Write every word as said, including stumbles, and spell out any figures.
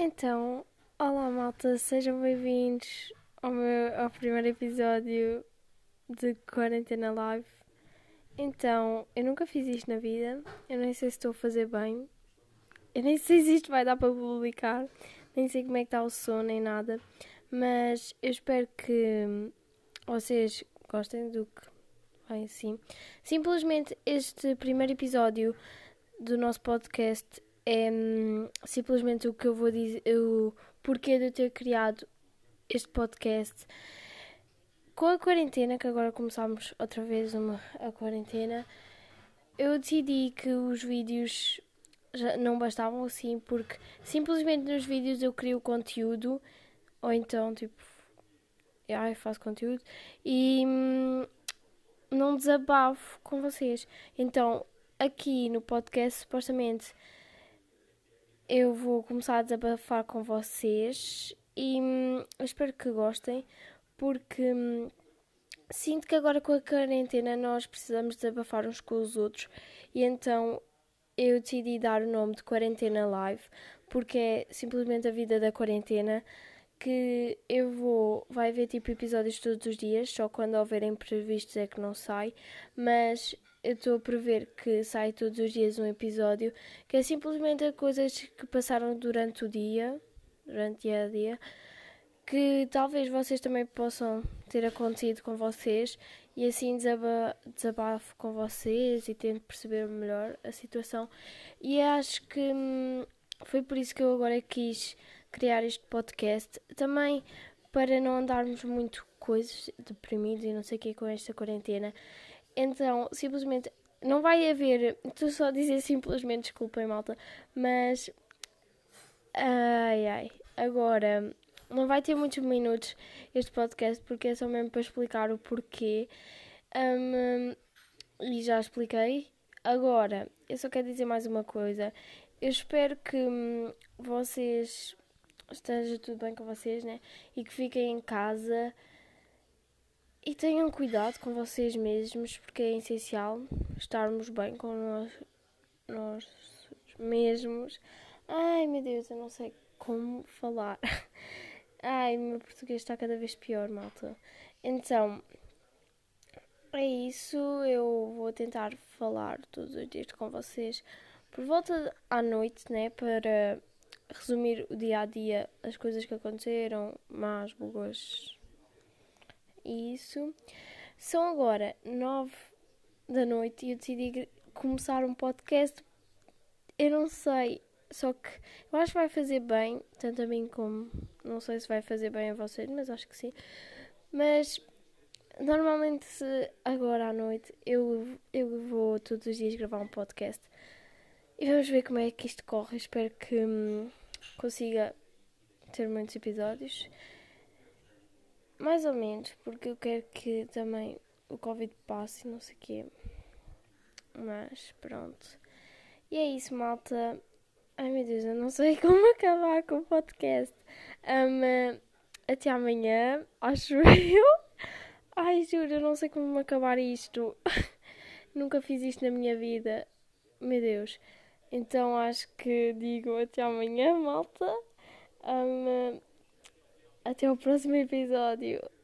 Então, olá malta, sejam bem-vindos ao, meu, ao primeiro episódio de Quarentena Live. Então, eu nunca fiz isto na vida, eu nem sei se estou a fazer bem, eu nem sei se isto vai dar para publicar, nem sei como é que está o som nem nada, mas eu espero que vocês gostem do que vai assim. Simplesmente este primeiro episódio do nosso podcast é hum, simplesmente o que eu vou dizer, o porquê de eu ter criado este podcast. Com a quarentena, que agora começámos outra vez uma, a quarentena, eu decidi que os vídeos já não bastavam assim, porque simplesmente nos vídeos eu crio conteúdo, ou então tipo, eu faço conteúdo, e hum, não desabafo com vocês. Então, aqui no podcast, supostamente, eu vou começar a desabafar com vocês e hum, eu espero que gostem, porque hum, sinto que agora com a quarentena nós precisamos desabafar uns com os outros e então eu decidi dar o nome de Quarentena Live, porque é simplesmente a vida da quarentena, que eu vou, vai haver tipo episódios todos os dias, só quando houver imprevistos é que não sai, mas eu estou a prever que sai todos os dias um episódio, que é simplesmente coisas que passaram durante o dia, durante dia a dia, que talvez vocês também possam ter acontecido com vocês, e assim desaba- desabafo com vocês e tento perceber melhor a situação. E acho que hum, foi por isso que eu agora quis criar este podcast, também para não andarmos muito coisas deprimidos e não sei o que com esta quarentena. Então, simplesmente, não vai haver, estou só a dizer simplesmente, desculpem malta, mas, ai ai, agora, não vai ter muitos minutos este podcast, porque é só mesmo para explicar o porquê, um, e já expliquei. Agora, eu só quero dizer mais uma coisa, eu espero que hum, vocês, esteja tudo bem com vocês, né, e que fiquem em casa. E tenham cuidado com vocês mesmos, porque é essencial estarmos bem com nós, nós mesmos. Ai meu Deus, eu não sei como falar. Ai, o meu português está cada vez pior, malta. Então, é isso. Eu vou tentar falar todos os dias com vocês por volta à noite, né? Para resumir o dia a dia, as coisas que aconteceram, más, boas. E isso. São agora nove da noite e eu decidi começar um podcast. Eu não sei, só que eu acho que vai fazer bem, tanto a mim como, não sei se vai fazer bem a vocês, mas acho que sim. Mas normalmente se agora à noite eu, eu vou todos os dias gravar um podcast e vamos ver como é que isto corre. Espero que hum, consiga ter muitos episódios, mais ou menos, porque eu quero que também o Covid passe e não sei o quê. Mas pronto. E é isso, malta. Ai meu Deus, eu não sei como acabar com o podcast. Um, até amanhã, acho eu. Ai, juro, eu não sei como acabar isto. Nunca fiz isto na minha vida. Meu Deus. Então acho que digo até amanhã, malta. Um, até o próximo episódio.